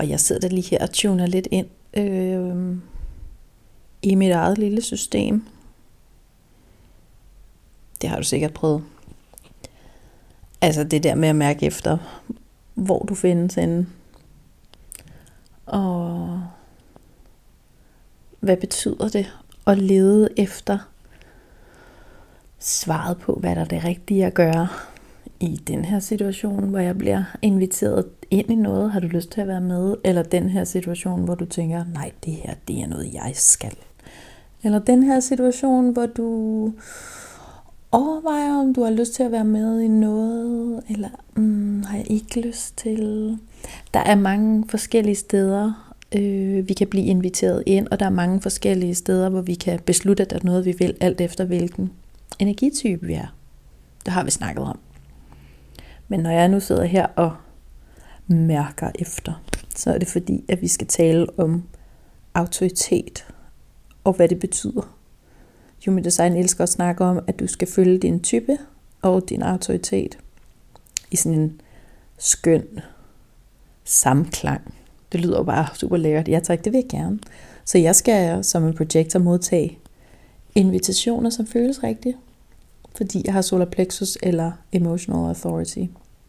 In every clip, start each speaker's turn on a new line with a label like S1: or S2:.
S1: Og jeg sidder lige her og tuner lidt ind i mit eget lille system. Det har du sikkert prøvet. Altså det der med at mærke efter, hvor du findes henne. Og hvad betyder det at lede efter svaret på, hvad der er det rigtige at gøre i den her situation, hvor jeg bliver inviteret ind i noget. Har du lyst til at være med? Eller den her situation, hvor du tænker, nej, det her, det er noget, jeg skal. Eller den her situation, hvor du overvejer, om du har lyst til at være med i noget, eller har jeg ikke lyst til. Der er mange forskellige steder, vi kan blive inviteret ind, og der er mange forskellige steder, hvor vi kan beslutte, at der er noget, vi vil, alt efter hvilken energitype vi er. Det har vi snakket om. Men når jeg nu sidder her og mærker efter, så er det fordi, at vi skal tale om autoritet, og hvad det betyder. Human Design elsker at snakke om, at du skal følge din type og din autoritet i sådan en skøn samklang. Det lyder jo bare super lækkert. Ja tak, det vil jeg gerne. Så jeg skal som en projektor modtage invitationer, som føles rigtigt, fordi jeg har solar plexus eller emotional authority.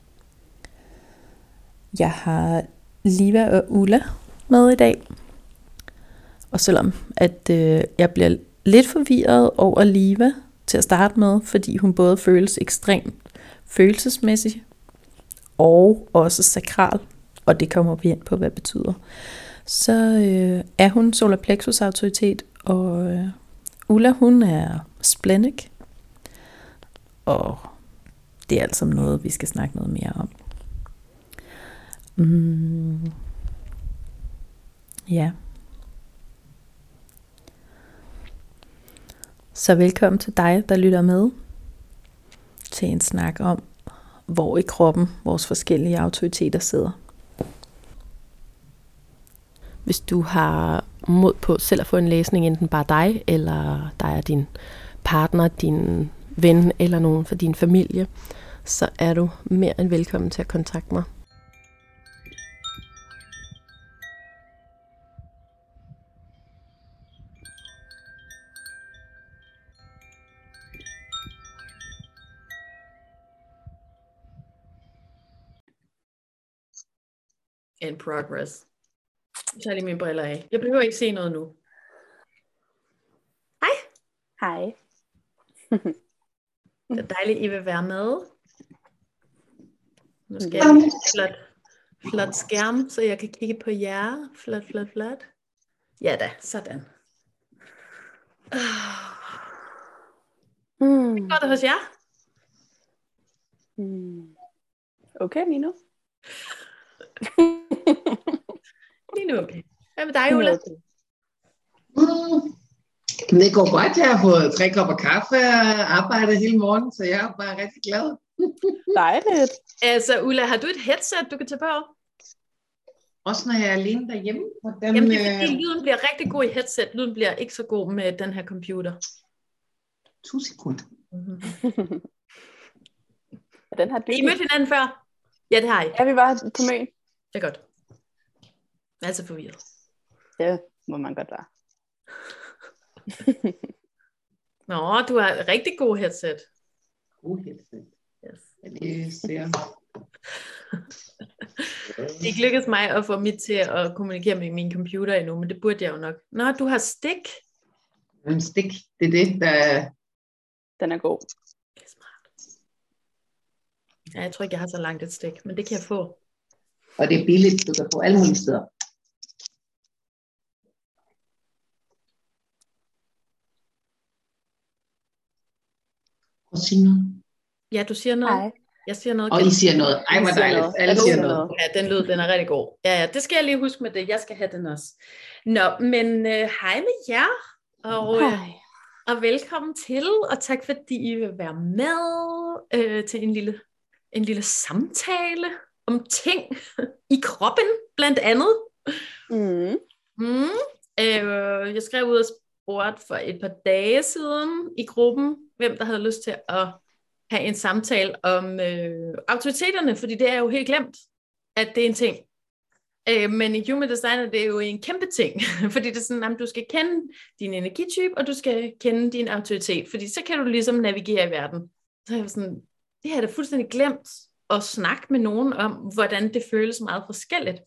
S1: Jeg har Liva og Ulla med i dag. Og selvom at jeg bliver lidt forvirret over Liva til at starte med, fordi hun både føles ekstremt følelsesmæssig og også sakral, og det kommer vi ind på, hvad det betyder. Så er hun solar plexus autoritet, og Ulla, hun er splenic, og det er altså noget, vi skal snakke noget mere om. Ja. Så velkommen til dig, der lytter med til en snak om, hvor i kroppen vores forskellige autoriteter sidder.
S2: Hvis du har mod på selv at få en læsning, enten bare dig, eller dig og din partner, din ven, eller nogen fra din familie, så er du mere end velkommen til at kontakte mig.
S3: In progress. Jeg tager lige mine briller af. Jeg behøver ikke se noget nu. Hej.
S4: Hej.
S3: Det er dejligt, I vil være med. Nu skal jeg have et flot skærm, så jeg kan kigge på jer. Flot. Ja da, sådan. Hvordan går det hos jer?
S4: Okay, Nino.
S3: Lige nu okay. Hvad med dig, Ulla?
S5: Det går godt. Jeg har fået 3 kopper kaffe og arbejdet hele morgen, så jeg er bare rigtig glad.
S4: Dejligt.
S3: Altså, Ulla, har du et headset, du kan tage på?
S5: Også når jeg er alene derhjemme.
S3: Jamen, det er fordi, lyden bliver rigtig god i headset. Lyden bliver ikke så god med den her computer.
S5: 2 sekunder.
S4: Den har
S3: I mødt hinanden før? Ja, det har I.
S4: Ja, vi var på Møn.
S3: Det er godt. Jeg er så forvirret.
S4: Det må man godt være.
S3: Nå, du har et rigtig god headset.
S5: God headset.
S3: Yes.
S5: Det ser.
S3: Det ikke lykkedes mig at få mit til at kommunikere med min computer endnu, men det burde jeg jo nok. Nå, du har stik.
S5: En stik, det er det, der.
S4: Den er god.
S3: Det er smart. Ja, jeg tror ikke, jeg har så langt et stik, men det kan jeg få.
S5: Og det er billigt, du kan få alle mulige steder. Og sige noget.
S3: Ja, du siger noget.
S4: Hej.
S3: Jeg siger noget.
S5: Og I siger noget. Ej, hvor dejligt. Alle siger noget.
S3: Ja, den lyd, den er rigtig god. Ja, det skal jeg lige huske med det. Jeg skal have den også. Nå, men hej med jer. Og velkommen til. Og tak fordi I vil være med til en lille samtale om ting i kroppen, blandt andet. Jeg skrev ud og spurgte for et par dage siden i gruppen, hvem der havde lyst til at have en samtale om autoriteterne, fordi det er jo helt glemt, at det er en ting. Men i Human Design er det jo en kæmpe ting, fordi det er sådan, at du skal kende din energitype, og du skal kende din autoritet, fordi så kan du ligesom navigere i verden. Så er jeg sådan, det har jeg da fuldstændig glemt at snakke med nogen om, hvordan det føles meget forskelligt.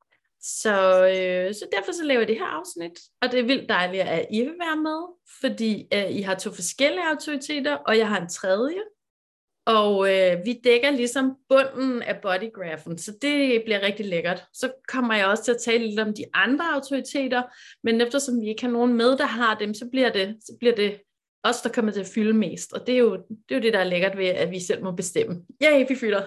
S3: Så derfor så laver jeg det her afsnit, og det er vildt dejligt, at I vil være med, fordi I har 2 forskellige autoriteter, og jeg har en tredje. Og vi dækker ligesom bunden af bodygraphen, så det bliver rigtig lækkert. Så kommer jeg også til at tale lidt om de andre autoriteter, men eftersom vi ikke har nogen med, der har dem, så bliver det os, der kommer til at fylde mest. Og det er jo det, der er lækkert ved, at vi selv må bestemme. Ja, vi fylder.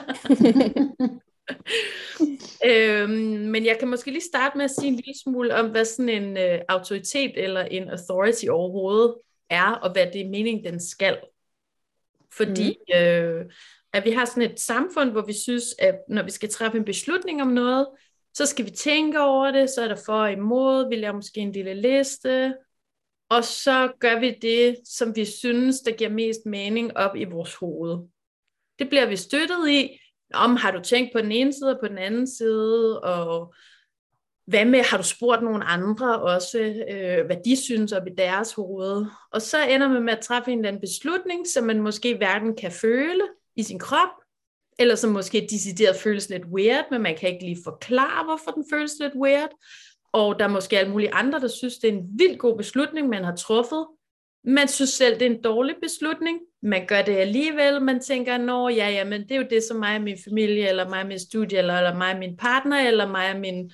S3: Men jeg kan måske lige starte med at sige en lille smule om, hvad sådan en autoritet eller en authority overhovedet er, og hvad det er meningen, den skal. Fordi at vi har sådan et samfund, hvor vi synes, at når vi skal træffe en beslutning om noget, så skal vi tænke over det, så er der for og imod, vi laver måske en lille liste, og så gør vi det, som vi synes, der giver mest mening op i vores hoved. Det bliver vi støttet i, har du tænkt på den ene side og på den anden side, og hvad med, har du spurgt nogle andre også, hvad de synes op i deres hoved? Og så ender man med at træffe en eller anden beslutning, som man måske hverken kan føle i sin krop, eller som måske decideret føles lidt weird, men man kan ikke lige forklare, hvorfor den føles lidt weird. Og der er måske alle mulige andre, der synes, det er en vildt god beslutning, man har truffet. Man synes selv, det er en dårlig beslutning. Man gør det alligevel. Man tænker, ja, men det er jo det, som mig og min familie, eller mig og min studie, eller mig og min partner, eller mig og min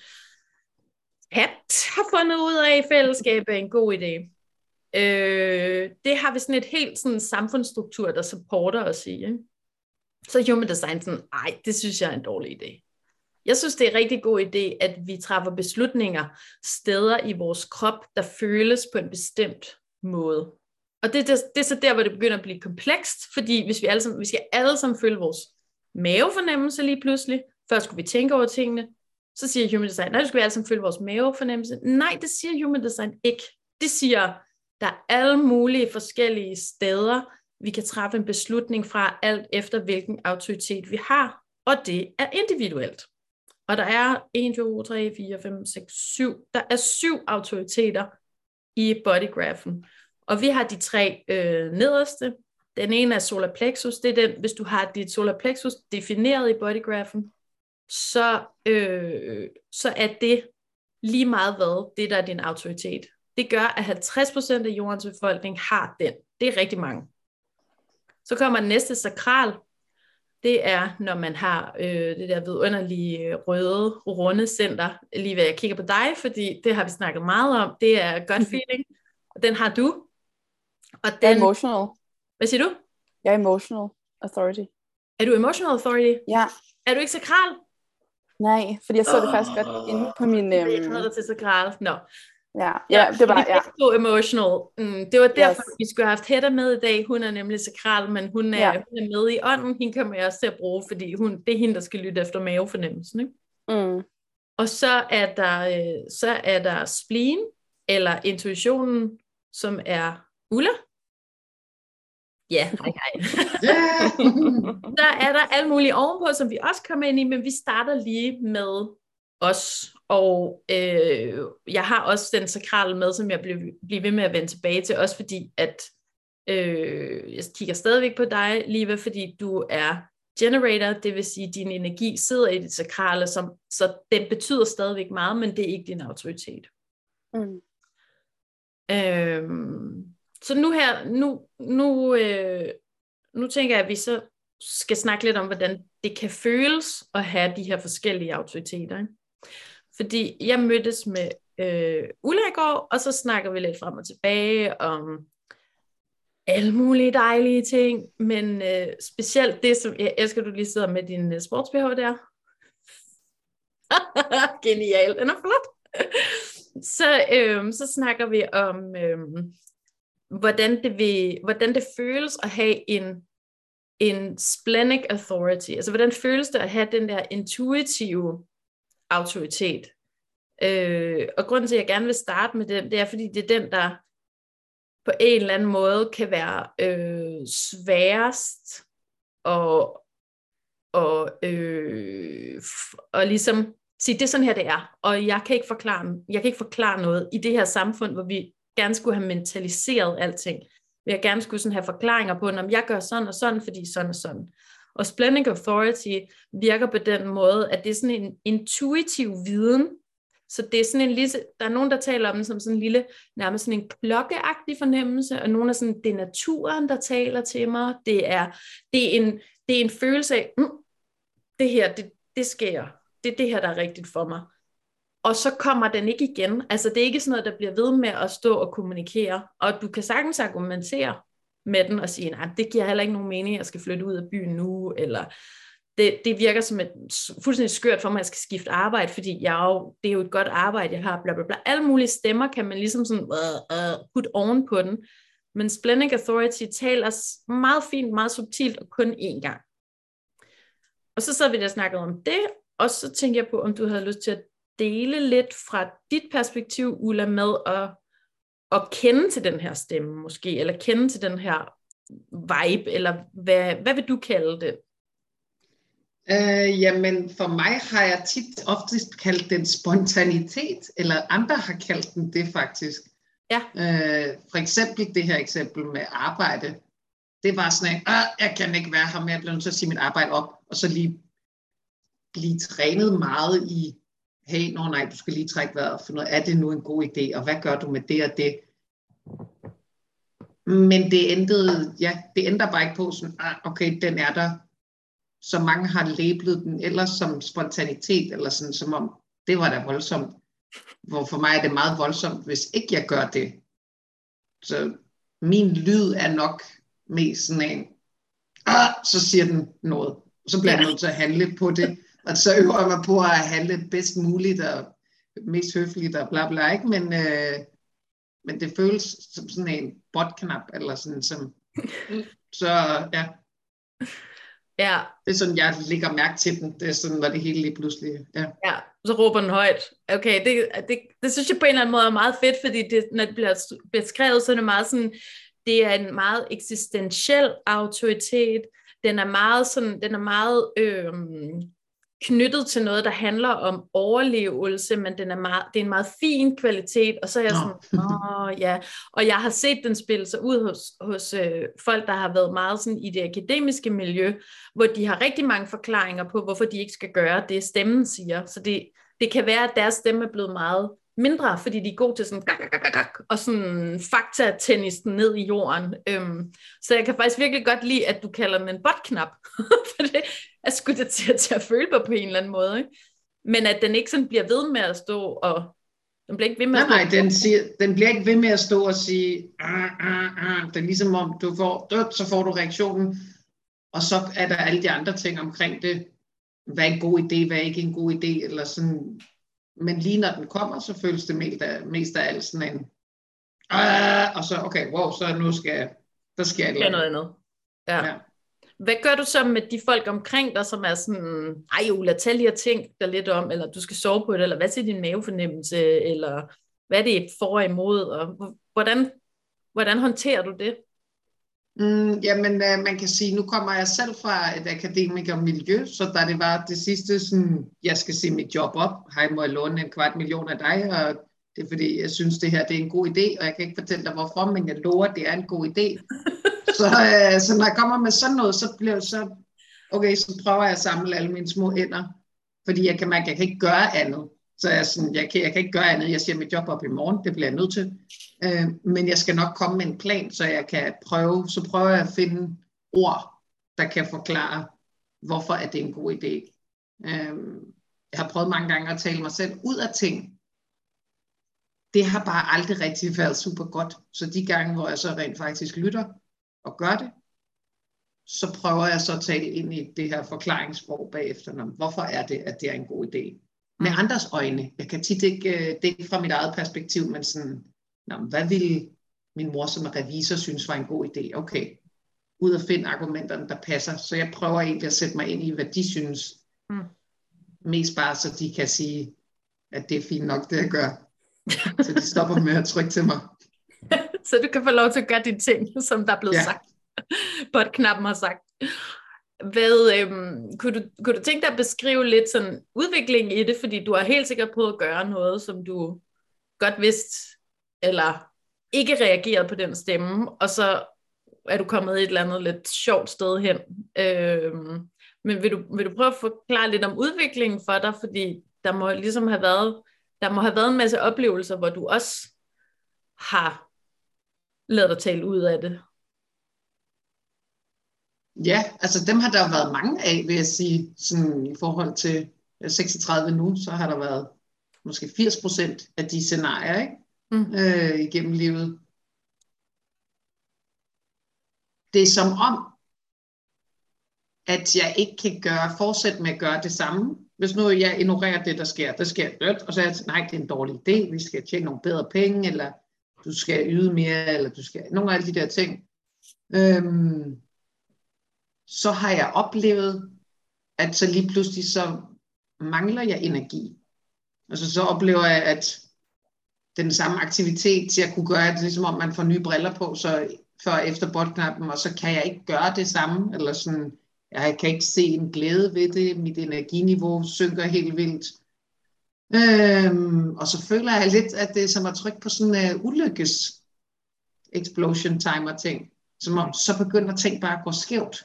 S3: har fundet ud af i fællesskab er en god idé. Det har vi sådan et helt sådan samfundsstruktur, der supporter os i. Ikke? Så Human Design sådan, det synes jeg er en dårlig idé. Jeg synes, det er en rigtig god idé, at vi træffer beslutninger steder i vores krop, der føles på en bestemt måde. Og det er så der, hvor det begynder at blive komplekst, fordi hvis vi skal alle sammen følge vores mavefornemmelse lige pludselig, før skulle vi tænke over tingene, så siger Human Design, nej, du skal vi alle sammen følge vores mavefornemmelse. Nej, det siger Human Design ikke. Det siger, der er alle mulige forskellige steder, vi kan træffe en beslutning fra, alt efter hvilken autoritet vi har, og det er individuelt. Og der er 1, 2, 3, 4, 5, 6, 7. Der er 7 autoriteter i bodygraphen. Og vi har de 3 nederste. Den ene er solar plexus. Det er den, hvis du har dit solar plexus defineret i bodygraphen, så er det lige meget hvad, det der er din autoritet. Det gør, at 50% af jordens befolkning har den. Det er rigtig mange. Så kommer den næste sakral. Det er, når man har det der vidunderlige røde, runde center, lige ved jeg kigger på dig, fordi det har vi snakket meget om. Det er gut feeling, og den har du. Og den,
S4: jeg er emotional.
S3: Hvad siger du?
S4: Jeg er emotional authority.
S3: Er du emotional authority?
S4: Ja.
S3: Er du ikke sakral?
S4: Nej, fordi jeg så det faktisk godt inde på min...
S3: Jeg havde dig til sakral. Nå.
S4: Ja, det var, ja.
S3: Så emotional. Det var derfor, vi skulle have haft Hedda med i dag. Hun er nemlig sakral, men hun er med i ånden. Hende kommer jeg også til at bruge, fordi det er hende, der skal lytte efter mavefornemmelsen. Ikke?
S4: Mm.
S3: Og så er der spleen, eller intuitionen, som er Ulla. Ja, hej. Der er der alle mulige ovenpå, som vi også kommer ind i, men vi starter lige med os. Og jeg har også den sakrale med, som jeg bliver ved med at vende tilbage til, også fordi, at jeg kigger stadigvæk på dig, Liva, fordi du er generator, det vil sige, at din energi sidder i dit sakrale, så den betyder stadigvæk meget, men det er ikke din autoritet.
S4: Mm.
S3: Så nu tænker jeg, at vi så skal snakke lidt om, hvordan det kan føles at have de her forskellige autoriteter. Ikke? Fordi jeg mødtes med Ulla i går, og så snakker vi lidt frem og tilbage om alle mulige dejlige ting, men specielt det, som jeg elsker, du lige sidder med din sports-BH der. Genial, den er flot. Så snakker vi om, hvordan det føles at have en splenic authority. Altså, hvordan føles det at have den der intuitive autoritet. Og grunden til, at jeg gerne vil starte med den, det er, fordi det er den, der på en eller anden måde kan være sværest og ligesom sige, det er sådan her, det er, og jeg kan ikke forklare noget i det her samfund, hvor vi gerne skulle have mentaliseret alting. Jeg gerne skulle sådan have forklaringer på, om jeg gør sådan og sådan, fordi sådan og sådan. Og Splenic Authority virker på den måde, at det er sådan en intuitiv viden. Så det er sådan en lille, der er nogen, der taler om det som sådan en lille, nærmest sådan en klokkeagtig fornemmelse, og nogen er sådan, det er naturen, der taler til mig. Det er en følelse af, det her, det sker. Det er det her, der er rigtigt for mig. Og så kommer den ikke igen. Altså det er ikke sådan noget, der bliver ved med at stå og kommunikere. Og du kan sagtens argumentere med den og sige, nej, det giver heller ikke nogen mening, jeg skal flytte ud af byen nu, eller det virker som et fuldstændig skørt for mig, at jeg skal skifte arbejde, fordi det er jo et godt arbejde, jeg har, bla bla bla. Alle mulige stemmer kan man ligesom sådan putte oven på den. Men Splenic Authority taler meget fint, meget subtilt og kun én gang. Og så sad vi der og snakkede om det, og så tænkte jeg på, om du havde lyst til at dele lidt fra dit perspektiv, Ulla, med at kende til den her stemme måske, eller kende til den her vibe, eller hvad vil du kalde det?
S5: Jamen for mig har jeg oftest kaldt den spontanitet, eller andre har kaldt den det faktisk.
S3: Ja.
S5: For eksempel det her eksempel med arbejde. Det var sådan en, jeg kan ikke være her, men jeg bliver nødt til at sige mit arbejde op, og så lige blive trænet meget i, hey, nej, du skal lige trække vejret, for noget, er det nu en god idé, og hvad gør du med det og det? Men det ændrer bare ikke på sådan, okay, den er der. Så mange har labelet den ellers som spontanitet, eller sådan, som om det var da voldsomt. Hvor for mig er det meget voldsomt, hvis ikke jeg gør det. Så min lyd er nok mest sådan en, så siger den noget. Og så bliver jeg nødt til at handle på det. Og så øver jeg mig på at handle bedst muligt og mest høfligt og bla bla, ikke? Men det føles som sådan en bot-knap, eller sådan som, så ja.
S3: Ja.
S5: Det er sådan, jeg lægger mærke til den. Det er sådan, når det hele lige pludselig, ja.
S3: Ja, så råber den højt. Okay, det synes jeg på en eller anden måde er meget fedt, fordi det, når det bliver beskrevet, så er det meget sådan, det er en meget eksistentiel autoritet. Den er meget knyttet til noget, der handler om overlevelse, men det er en meget fin kvalitet, og så er jeg sådan, ja, og jeg har set den spille sig ud hos folk, der har været meget sådan i det akademiske miljø, hvor de har rigtig mange forklaringer på, hvorfor de ikke skal gøre det, stemmen siger, så det kan være, at deres stemme er blevet meget mindre, fordi de er gode til sådan og sådan faktatennisten ned i jorden. Så jeg kan faktisk virkelig godt lide, at du kalder den en bot-knap, for det er sgu det til at føle på en eller anden måde, ikke? Men at den ikke sådan bliver ved med at stå, og den bliver ikke ved med at stå.
S5: Nej, den bliver ikke ved med at stå og sige, det er ligesom om, så får du reaktionen, og så er der alle de andre ting omkring det. Hvad er en god idé, hvad er ikke en god idé, eller sådan. Men lige når den kommer, så føles det mest af alt sådan en, og så, okay, wow, så nu der sker
S3: noget andet. Ja. Hvad gør du så med de folk omkring dig, som er sådan, ej Ulla, tag lige og tænk dig lidt om, eller du skal sove på det, eller hvad siger din mavefornemmelse, eller hvad er det for og imod, og hvordan håndterer du det?
S5: Jamen, man kan sige, nu kommer jeg selv fra et akademikermiljø, så da det var det sidste, sådan, jeg skal se mit job op, hej, må jeg låne 250.000 af dig, og det er fordi, jeg synes, det her det er en god idé, og jeg kan ikke fortælle dig hvorfor, men jeg lover, det er en god idé. Så når jeg kommer med sådan noget, så prøver jeg at samle alle mine små ender, fordi jeg kan mærke, at jeg kan ikke gøre andet. Så jeg kan ikke gøre andet. Jeg siger mit job op i morgen, det bliver jeg nødt til. Men jeg skal nok komme med en plan, så jeg kan prøver jeg at finde ord, der kan forklare, hvorfor er det en god idé. Jeg har prøvet mange gange at tale mig selv ud af ting. Det har bare aldrig rigtig været super godt. Så de gange, hvor jeg så rent faktisk lytter og gør det, så prøver jeg så at tale ind i det her forklaringssprog bagefter. Hvorfor er det, at det er en god idé? Med andres øjne. Jeg kan tit ikke, det er ikke fra mit eget perspektiv, men sådan, hvad ville min mor som revisor synes var en god idé? Okay, ud og finde argumenterne, der passer. Så jeg prøver egentlig at sætte mig ind i, hvad de synes. Mest bare, så de kan sige, at det er fint nok, det jeg gør. Så de stopper med at trykke til mig.
S3: Så du kan få lov til at gøre de ting, som der er blevet sagt. Bot-knappen har sagt. Kunne du tænke dig at beskrive lidt sådan udviklingen i det, fordi du har helt sikkert prøvet at gøre noget, som du godt vidste, eller ikke reageret på den stemme, og så er du kommet et eller andet lidt sjovt sted hen. Men vil du prøve at forklare lidt om udviklingen for dig, fordi der må ligesom have været en masse oplevelser, hvor du også har ladet dig tale ud af det.
S5: Ja, altså dem har der jo været mange af, vil jeg sige, sådan i forhold til, jeg er 36 nu, så har der været måske 80% af de scenarier, ikke? Igennem livet. Det er som om, at jeg ikke kan fortsætte med at gøre det samme. Hvis nu jeg ignorerer det sker dødt, og så er jeg nej, det er en dårlig idé, vi skal tjene nogle bedre penge, eller du skal yde mere, eller du skal, nogle af alle de der ting. Så har jeg oplevet, at så lige pludselig så mangler jeg energi. Altså så oplever jeg, at den samme aktivitet til at kunne gøre det, ligesom om man får nye briller på, så før efter bottknappen, og så kan jeg ikke gøre det samme, eller sådan, jeg kan ikke se en glæde ved det, mit energiniveau synker helt vildt. Og så føler jeg lidt, at det er som at trykke på sådan en ulykkes explosion timer ting, som om så begynder ting bare at gå skævt.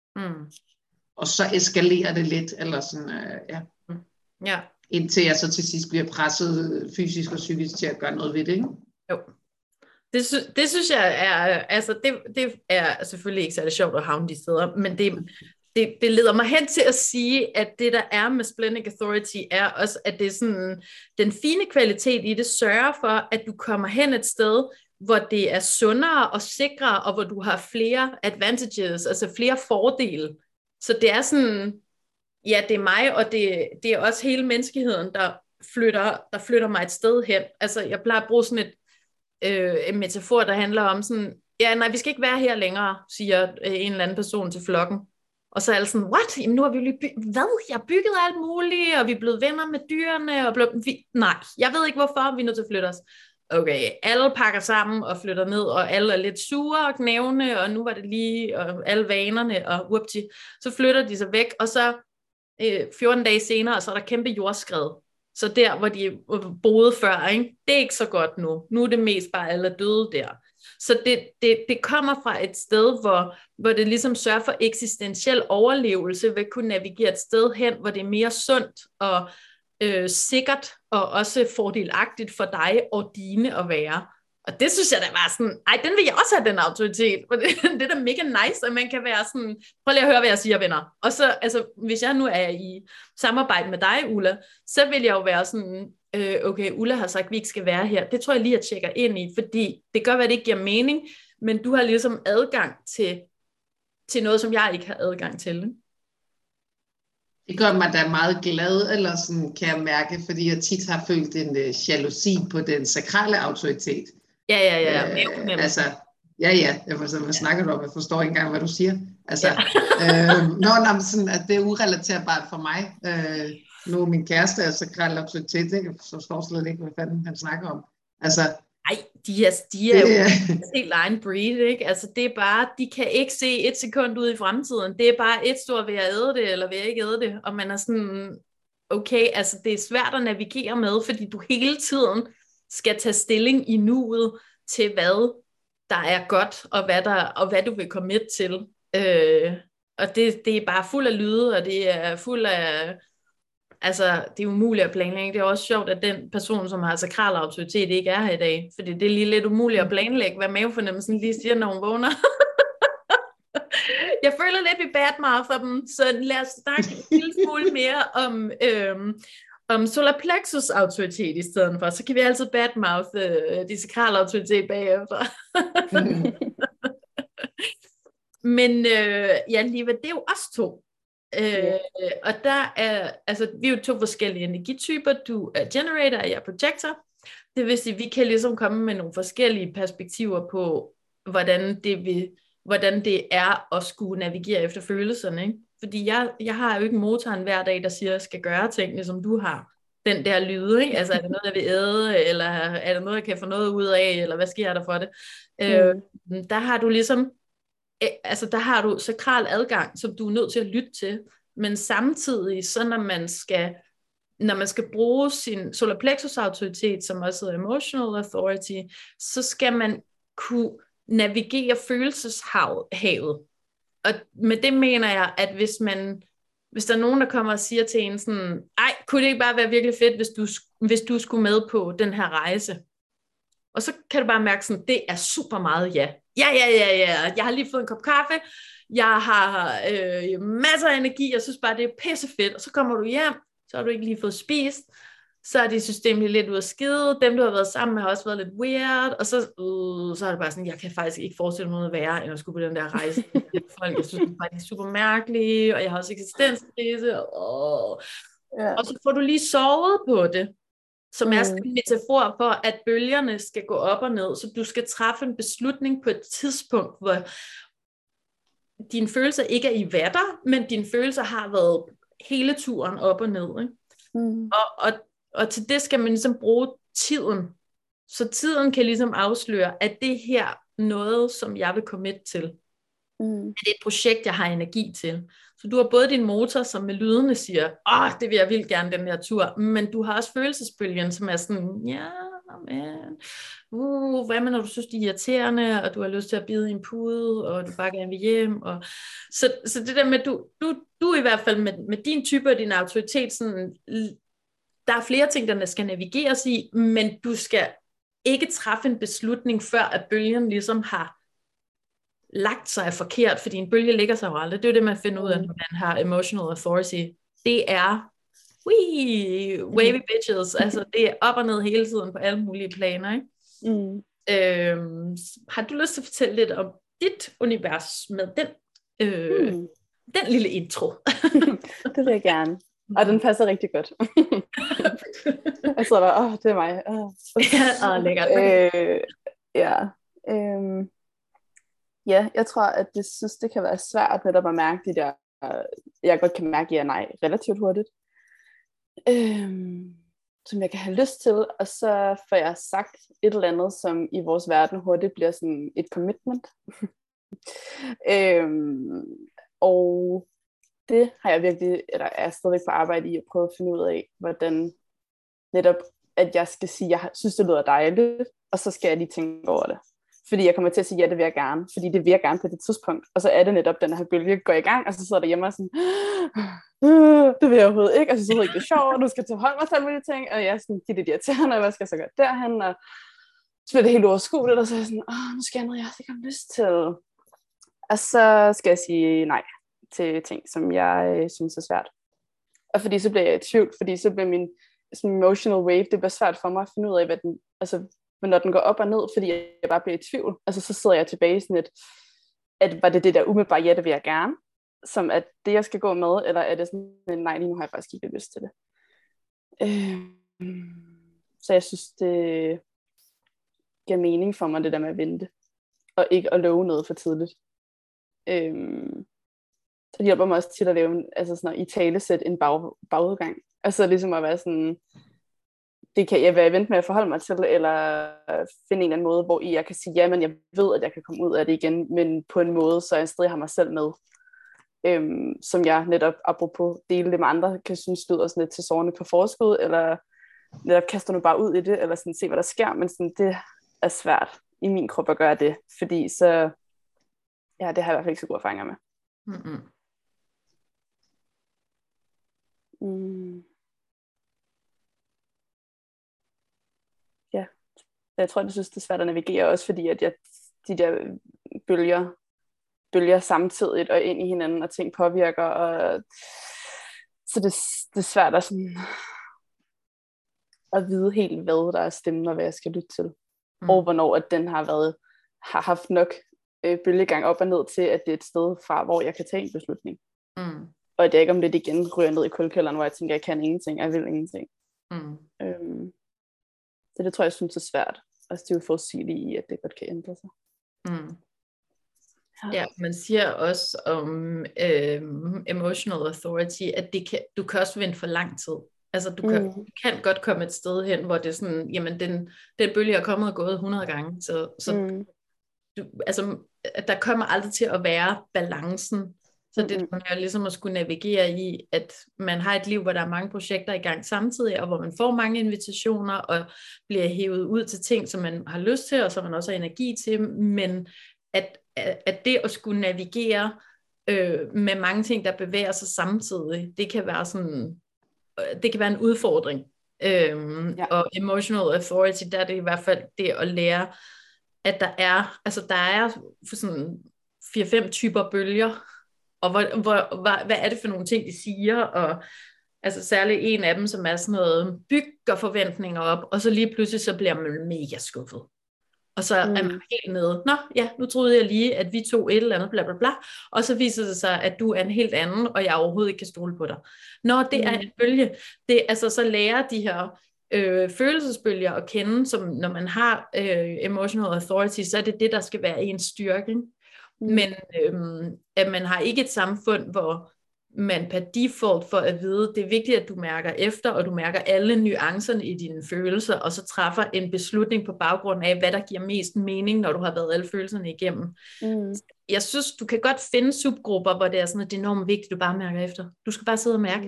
S5: Og så eskalerer det lidt, eller sådan,
S3: Ja.
S5: Indtil jeg så til sidst bliver presset fysisk og psykisk til at gøre noget ved det, ikke?
S3: Jo. Det synes jeg er, altså det er selvfølgelig ikke særlig sjovt at havne de steder, men det leder mig hen til at sige, at det der er med Splenic Authority er også, at det er sådan, den fine kvalitet i det sørger for, at du kommer hen et sted, hvor det er sundere og sikrere, og hvor du har flere advantages, altså flere fordele. Så det er sådan, ja, det er mig, og det er også hele menneskeheden, der flytter mig et sted hen. Altså, jeg plejer at bruge sådan en metafor, der handler om sådan, ja, nej, vi skal ikke være her længere, siger en eller anden person til flokken. Og så er alle sådan, what? Jamen, nu har vi jo lige hvad? Jeg har bygget alt muligt, og vi er blevet venner med dyrene, og nej, jeg ved ikke hvorfor, vi er nødt til at flytte os. Okay, alle pakker sammen og flytter ned, og alle er lidt sure og knævende, og nu var det lige, og alle vanerne, og whoopty, så flytter de sig væk, og så 14 dage senere, så er der kæmpe jordskred. Så der, hvor de boede før, ikke? Det er ikke så godt nu. Nu er det mest bare alle er døde der. Så det kommer fra et sted, hvor det ligesom sørger for eksistentiel overlevelse, ved at kunne navigere et sted hen, hvor det er mere sundt og sikkert, og også fordelagtigt for dig og dine at være. Og det synes jeg da var sådan, den vil jeg også have, den autoritet. Det er da mega nice, at man kan være sådan, prøv lige at høre, hvad jeg siger, venner. Og så, altså, hvis jeg nu er i samarbejde med dig, Ulla, så vil jeg jo være sådan, okay, Ulla har sagt, at vi ikke skal være her. Det tror jeg lige, jeg tjekker ind i, fordi det gør, at det ikke giver mening, men du har ligesom adgang til noget, som jeg ikke har adgang til.
S5: Det gør mig da meget glad, eller sådan, kan jeg mærke, fordi jeg tit har følt en jalousi på den sakrale autoritet.
S3: Ja.
S5: Altså, hvad snakker du om? Jeg forstår ikke engang, hvad du siger. Altså, sådan, at det er urelaterbart for mig. Nu min kæreste er sakral autoritet, ikke? Jeg forstår slet ikke, hvad fanden han snakker om. Altså,
S3: nej, de er jo helt egen breed, ikke? Altså, det er bare, de kan ikke se et sekund ud i fremtiden. Det er bare et stort, vil jeg æde det, eller vil jeg ikke æde det? Og man er sådan, okay, altså, det er svært at navigere med, fordi du hele tiden skal tage stilling i nuet til, hvad der er godt, og hvad du vil komme med til. Og det er bare fuld af lyde, og det er fuld af, altså, det er umuligt at planlægge. Det er også sjovt, at den person, som har sakral autoritet, ikke er her i dag, fordi det er lige lidt umuligt at planlægge, hvad mavefornemmelsen lige siger, når hun vågner. Jeg føler lidt, vi badmouther dem, så lad os snakke en lille smule mere om solar plexus autoritet i stedet for, så kan vi altid badmouth de sakrale autoritet bagefter. Men ja, Liva, det er jo os to. Og der er, altså, vi er jo to forskellige energityper. Du er generator, og jeg er projector. Det vil sige, at vi kan ligesom komme med nogle forskellige perspektiver på, hvordan det er at skulle navigere efter følelserne, ikke? Fordi jeg har jo ikke motoren hver dag, der siger, at jeg skal gøre tingene, som du har. Den der lyde, ikke? Altså, er det noget, jeg vil æde, eller er det noget, jeg kan få noget ud af, eller hvad sker der for det? Der har du ligesom altså der har du sakral adgang, som du er nødt til at lytte til, men samtidig, så når man skal bruge sin solar plexus autoritet, som også hedder emotional authority, så skal man kunne navigere følelseshavet. Og med det mener jeg, at hvis der er nogen, der kommer og siger til en sådan, ej, kunne det ikke bare være virkelig fedt, hvis du skulle med på den her rejse? Og så kan du bare mærke sådan, det er super meget ja. Ja. Jeg har lige fået en kop kaffe. Jeg har masser af energi. Jeg synes bare, det er pissefedt. Og så kommer du hjem, så har du ikke lige fået spist. Så er dit system lidt ud af skide. Dem, du har været sammen med, har også været lidt weird. Og så er det bare sådan, jeg kan faktisk ikke forestille mig noget værre, end at skulle på den der rejse. Folk, jeg synes bare, de er super mærkelige, og jeg har også eksistenskrise. Og så får du lige sovet på det, som er sådan en metafor for, at bølgerne skal gå op og ned. Så du skal træffe en beslutning på et tidspunkt, hvor dine følelser ikke er i vatter, men dine følelser har været hele turen op og ned. Ikke? Og til det skal man ligesom bruge tiden. Så tiden kan ligesom afsløre, at det her noget, som jeg vil commit til. At det er et projekt, jeg har energi til. Så du har både din motor, som med lydene siger, det vil jeg vildt gerne den her tur, men du har også følelsesbølgen, som er sådan, ja, men, hvad med når du synes, det er irriterende, og du har lyst til at bide i en pude, og du bare gerne vil hjem. Så det der med, du i hvert fald med din type og din autoritet, sådan, der er flere ting, der skal navigeres i, men du skal ikke træffe en beslutning, før at bølgen ligesom har lagt sig forkert, fordi en bølge ligger sig jo aldrig. Det er jo det, man finder ud af, når man har emotional authority. Det er wavy bitches. Altså, det er op og ned hele tiden på alle mulige planer. Ikke? Har du lyst til at fortælle lidt om dit univers med den lille intro?
S4: Det vil jeg gerne. Og den passer rigtig godt. Jeg sidder der, det er mig.
S3: Lækkert.
S4: Ja, jeg tror, at det kan være svært netop at mærke de der, jeg godt kan mærke ja og nej relativt hurtigt, som jeg kan have lyst til, og så får jeg sagt et eller andet, som i vores verden hurtigt bliver sådan et commitment. Og det har jeg virkelig, eller er stadig på arbejde i at prøve at finde ud af, hvordan netop, at jeg skal sige, jeg synes, det lyder dejligt, og så skal jeg lige tænke over det. Fordi jeg kommer til at sige, ja, det vil jeg gerne, fordi det vil jeg gerne på det tidspunkt. Og så er det netop, den her bølge går i gang, og så sidder der hjemme og sådan, det vil jeg overhovedet ikke, og så sidder det ikke sjovt, og du skal tage hånd mig til alle mulige ting, og jeg er sådan, de er lidt irriterende, og hvad skal jeg så gøre derhen, og så bliver det helt overskueligt, og så er jeg sådan, nu skal jeg noget, jeg ikke har lyst til. Og så skal jeg sige nej til ting, som jeg synes er svært. Og fordi så bliver jeg i tvivl, fordi så bliver min emotional wave, det bliver svært for mig at finde ud af, hvad den, altså, men når den går op og ned, fordi jeg bare bliver i tvivl, altså så sidder jeg tilbage i sådan at var det der umiddelbare, ja, det vil jeg gerne, som at det, jeg skal gå med, eller er det sådan en, nej, lige nu har jeg faktisk ikke lyst til det. Så jeg synes, det giver mening for mig, det der med at vente, og ikke at love noget for tidligt. Så det hjælper mig også til at lave, altså sådan at i talesæt en bagudgang. Altså ligesom at være sådan, det kan jeg vente med at forholde mig til, eller finde en eller anden måde, hvor jeg kan sige, ja, men jeg ved, at jeg kan komme ud af det igen, men på en måde, så jeg stadig har mig selv med. Som jeg netop, apropos dele det med andre, kan synes lyder sådan lidt til sårene på forskud, eller netop kaster nu bare ud i det, eller sådan se, hvad der sker, men sådan, det er svært i min krop at gøre det, fordi så, ja, det har jeg i hvert fald ikke så gode erfaringer med. Ja, jeg tror, jeg synes, det er svært at navigere, også fordi, at de der bølger samtidigt og ind i hinanden, og ting påvirker, og så det er svært at, sådan, at vide helt, hvad der er stemmen, og hvad jeg skal lytte til. Og hvornår at den har haft nok bølgegang op og ned til, at det er et sted fra, hvor jeg kan tage en beslutning. Og at jeg ikke om lidt igen ryger ned i kulkælderen, hvor jeg tænker, jeg kan ingenting, jeg vil ingenting. Så det tror jeg synes er svært. Altså det er jo forudsigeligt i, at det godt kan ændre sig.
S3: Ja, man siger også om emotional authority, at du kan også vente for lang tid. Altså du kan godt komme et sted hen, hvor det er sådan, jamen den bølge er kommet og gået 100 gange, så altså, at der kommer aldrig til at være balancen. Så det er ligesom at skulle navigere i, at man har et liv, hvor der er mange projekter i gang samtidig, og hvor man får mange invitationer, og bliver hævet ud til ting, som man har lyst til, og som man også har energi til, men at det at skulle navigere med mange ting, der bevæger sig samtidig, det kan være sådan, det kan være en udfordring. Og emotional authority, der er det i hvert fald det at lære, at der er sådan 4-5 typer bølger, og hvad er det for nogle ting, de siger, og altså særligt en af dem, som er sådan noget, bygger forventninger op, og så lige pludselig, så bliver man mega skuffet. Og så er man helt nede. Nå, ja, nu troede jeg lige, at vi tog et eller andet, bla bla bla, og så viser det sig, at du er en helt anden, og jeg overhovedet ikke kan stole på dig. Når det er en bølge, det altså så lærer de her følelsesbølger at kende, som når man har emotional authority, så er det det, der skal være ens styrke. Men at man har ikke et samfund, hvor man per default får at vide, det er vigtigt, at du mærker efter, og du mærker alle nuancerne i dine følelser, og så træffer en beslutning på baggrund af, hvad der giver mest mening, når du har været alle følelserne igennem. Jeg synes, du kan godt finde subgrupper, hvor det er sådan, at det er enormt vigtigt, at du bare mærker efter. Du skal bare sidde og mærke.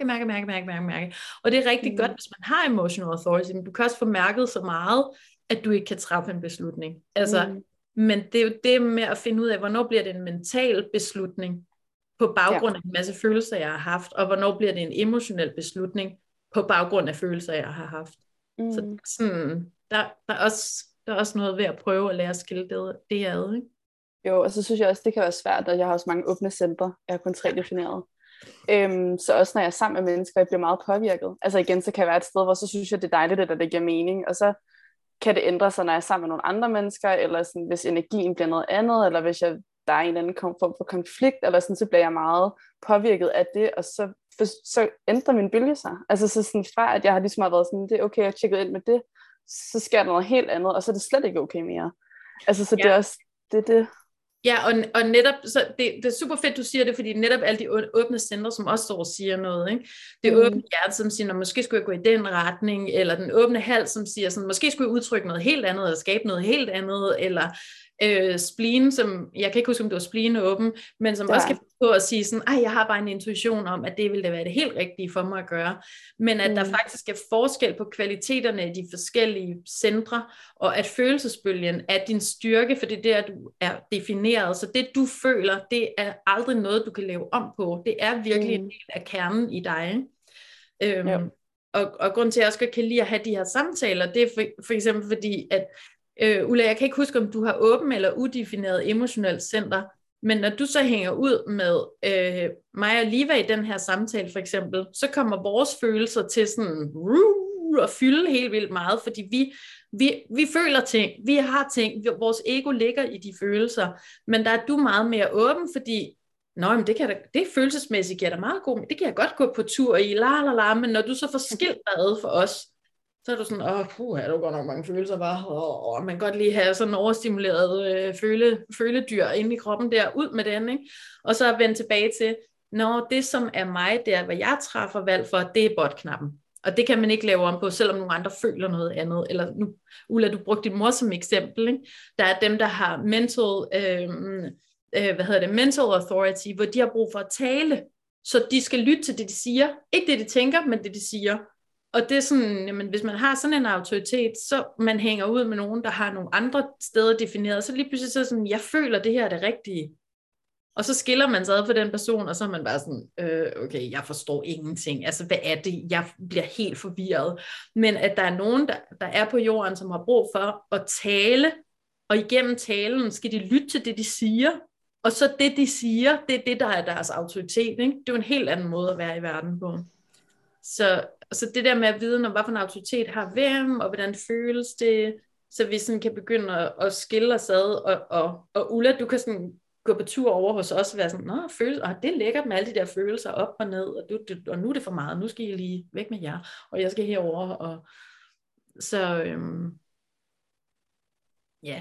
S3: Og det er rigtig godt, hvis man har emotional authority, men du kan også få mærket så meget, at du ikke kan træffe en beslutning. Altså, men det er jo det med at finde ud af, hvornår bliver det en mental beslutning, på baggrund af en masse følelser, jeg har haft, og hvornår bliver det en emotionel beslutning, på baggrund af følelser, jeg har haft. Så sådan, der er også noget ved at prøve at lære at skille det ad, ikke?
S4: Jo, og så synes jeg også, det kan være svært, og jeg har også mange åbne centre, jeg har kun 3 defineret. Så også når jeg er sammen med mennesker, jeg bliver meget påvirket. Altså igen, så kan jeg være et sted, hvor så synes jeg, det er dejligt, at det giver mening, og så kan det ændre sig, når jeg er sammen med nogle andre mennesker, eller sådan, hvis energien bliver noget andet, eller hvis der er en eller anden form for konflikt, eller sådan, så bliver jeg meget påvirket af det, og så ændrer min bølge sig. Altså så sådan fra, at jeg har ligesom været sådan, det er okay, jeg har tjekket ind med det, så sker der noget helt andet, og så er det slet ikke okay mere. Altså så det er også det.
S3: Ja, og netop, så det er super fedt, du siger det, fordi netop alle de åbne centre, som også står og siger noget, ikke? Det åbne hjerte, som siger, måske skulle jeg gå i den retning, eller den åbne hals, som siger sådan, måske skulle jeg udtrykke noget helt andet, eller skabe noget helt andet, eller spleen, som, jeg kan ikke huske, om det var spleen åben, men som også kan få at sige sådan, jeg har bare en intuition om, at det ville da være det helt rigtige for mig at gøre, men at der faktisk er forskel på kvaliteterne i de forskellige centre, og at følelsesbølgen er din styrke, for det er der, du er defineret, så det du føler, det er aldrig noget, du kan lave om på, det er virkelig en del af kernen i dig. Og grund til, at jeg også kan lide at have de her samtaler, det er for eksempel fordi, at Ulla, jeg kan ikke huske, om du har åben eller udefineret emotionelt center, men når du så hænger ud med mig og Liva i den her samtale for eksempel, så kommer vores følelser til sådan at fylde helt vildt meget, fordi vi føler ting, vi har ting, vores ego ligger i de følelser, men der er du meget mere åben, fordi men det følelsesmæssigt giver dig meget god, det kan jeg godt gå på tur i, men når du så får skilt dig ad for os, så er du sådan, er du godt nok mange følelser bare, man kan godt lige have sådan en overstimuleret føledyr inde i kroppen der, ud med den, ikke? Og så vende tilbage til, det som er mig, der hvad jeg træffer valg for, det er bot-knappen. Og det kan man ikke lave om på, selvom nogle andre føler noget andet. Eller nu, Ulla, du brugte din mor som eksempel, ikke? Der er dem, der har mental authority, hvor de har brug for at tale, så de skal lytte til det, de siger. Ikke det, de tænker, men det, de siger. Og det er sådan, jamen, hvis man har sådan en autoritet, så man hænger ud med nogen, der har nogle andre steder defineret, så lige pludselig så sådan, jeg føler, det her er det rigtige. Og så skiller man sig ad for den person, og så er man bare sådan, okay, jeg forstår ingenting. Altså, hvad er det? Jeg bliver helt forvirret. Men at der er nogen, der er på jorden, som har brug for at tale, og igennem talen skal de lytte til det, de siger. Og så det, de siger, det er det, der er deres autoritet. Ikke? Det er jo en helt anden måde at være i verden på. Så det der med at vide, hvad for en autoritet har hvem, og hvordan føles det, så vi sådan kan begynde at skille os ad, og Ulla, du kan sådan gå på tur over hos os og være sådan, det er lækkert med alle de der følelser op og ned, og nu er det for meget, nu skal I lige væk med jer, og jeg skal herover, og så ja.